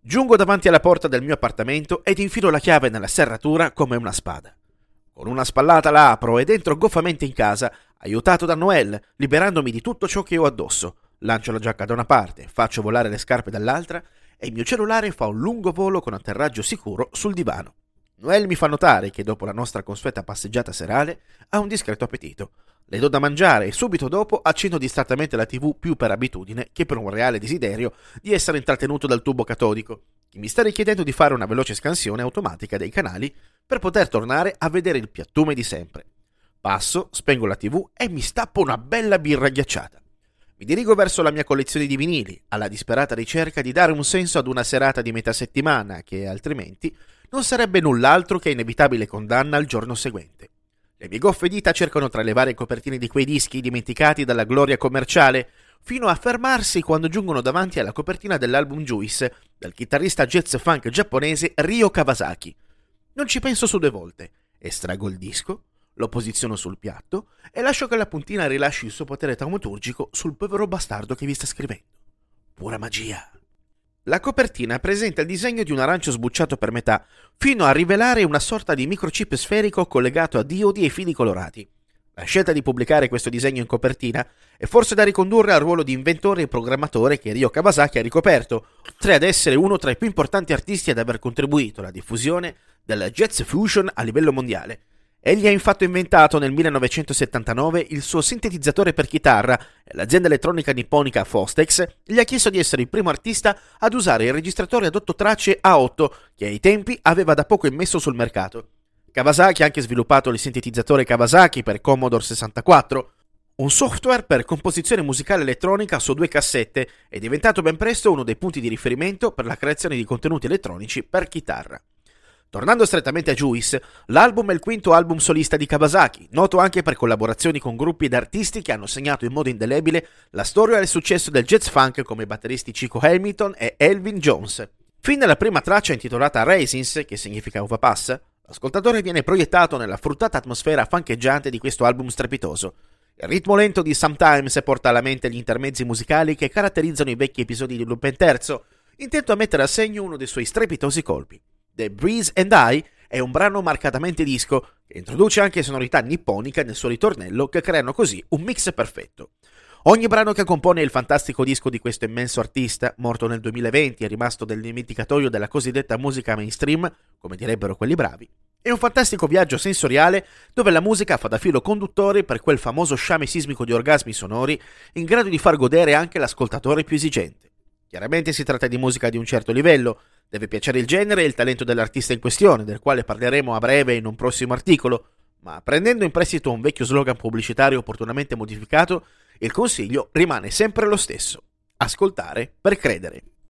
Giungo davanti alla porta del mio appartamento ed infilo la chiave nella serratura come una spada. Con una spallata la apro ed entro goffamente in casa, aiutato da Noel, liberandomi di tutto ciò che ho addosso. Lancio la giacca da una parte, faccio volare le scarpe dall'altra e il mio cellulare fa un lungo volo con atterraggio sicuro sul divano. Noel mi fa notare che dopo la nostra consueta passeggiata serale ha un discreto appetito. Le do da mangiare e subito dopo accendo distrattamente la TV più per abitudine che per un reale desiderio di essere intrattenuto dal tubo catodico, che mi sta richiedendo di fare una veloce scansione automatica dei canali per poter tornare a vedere il piattume di sempre. Passo, spengo la TV e mi stappo una bella birra ghiacciata. Mi dirigo verso la mia collezione di vinili, alla disperata ricerca di dare un senso ad una serata di metà settimana che, altrimenti, non sarebbe null'altro che inevitabile condanna al giorno seguente. Le mie goffe dita cercano tra le varie copertine di quei dischi dimenticati dalla gloria commerciale, fino a fermarsi quando giungono davanti alla copertina dell'album Juice del chitarrista jazz funk giapponese Ryo Kawasaki. Non ci penso su due volte, estraggo il disco, lo posiziono sul piatto e lascio che la puntina rilasci il suo potere taumaturgico sul povero bastardo che vi sta scrivendo. Pura magia. La copertina presenta il disegno di un arancio sbucciato per metà, fino a rivelare una sorta di microchip sferico collegato a diodi e fili colorati. La scelta di pubblicare questo disegno in copertina è forse da ricondurre al ruolo di inventore e programmatore che Ryo Kawasaki ha ricoperto, oltre ad essere uno tra i più importanti artisti ad aver contribuito alla diffusione della jazz fusion a livello mondiale. Egli ha infatti inventato nel 1979 il suo sintetizzatore per chitarra e l'azienda elettronica nipponica Fostex gli ha chiesto di essere il primo artista ad usare il registratore ad 8 tracce A8 che ai tempi aveva da poco immesso sul mercato. Kawasaki ha anche sviluppato il sintetizzatore Kawasaki per Commodore 64, un software per composizione musicale elettronica su 2 cassette, è diventato ben presto uno dei punti di riferimento per la creazione di contenuti elettronici per chitarra. Tornando strettamente a Juice, l'album è il quinto album solista di Kawasaki, noto anche per collaborazioni con gruppi ed artisti che hanno segnato in modo indelebile la storia e il successo del jazz funk come i batteristi Chico Hamilton e Elvin Jones. Fin dalla prima traccia intitolata Raisins, che significa uva passa, l'ascoltatore viene proiettato nella fruttata atmosfera funkeggiante di questo album strepitoso. Il ritmo lento di Sometimes porta alla mente gli intermezzi musicali che caratterizzano i vecchi episodi di Lupin III, intento a mettere a segno uno dei suoi strepitosi colpi. The Breeze and I è un brano marcatamente disco che introduce anche sonorità nipponica nel suo ritornello che creano così un mix perfetto. Ogni brano che compone il fantastico disco di questo immenso artista, morto nel 2020 e rimasto nel dimenticatoio della cosiddetta musica mainstream, come direbbero quelli bravi, è un fantastico viaggio sensoriale dove la musica fa da filo conduttore per quel famoso sciame sismico di orgasmi sonori in grado di far godere anche l'ascoltatore più esigente. Chiaramente si tratta di musica di un certo livello, deve piacere il genere e il talento dell'artista in questione, del quale parleremo a breve in un prossimo articolo, ma prendendo in prestito un vecchio slogan pubblicitario opportunamente modificato, il consiglio rimane sempre lo stesso: ascoltare per credere.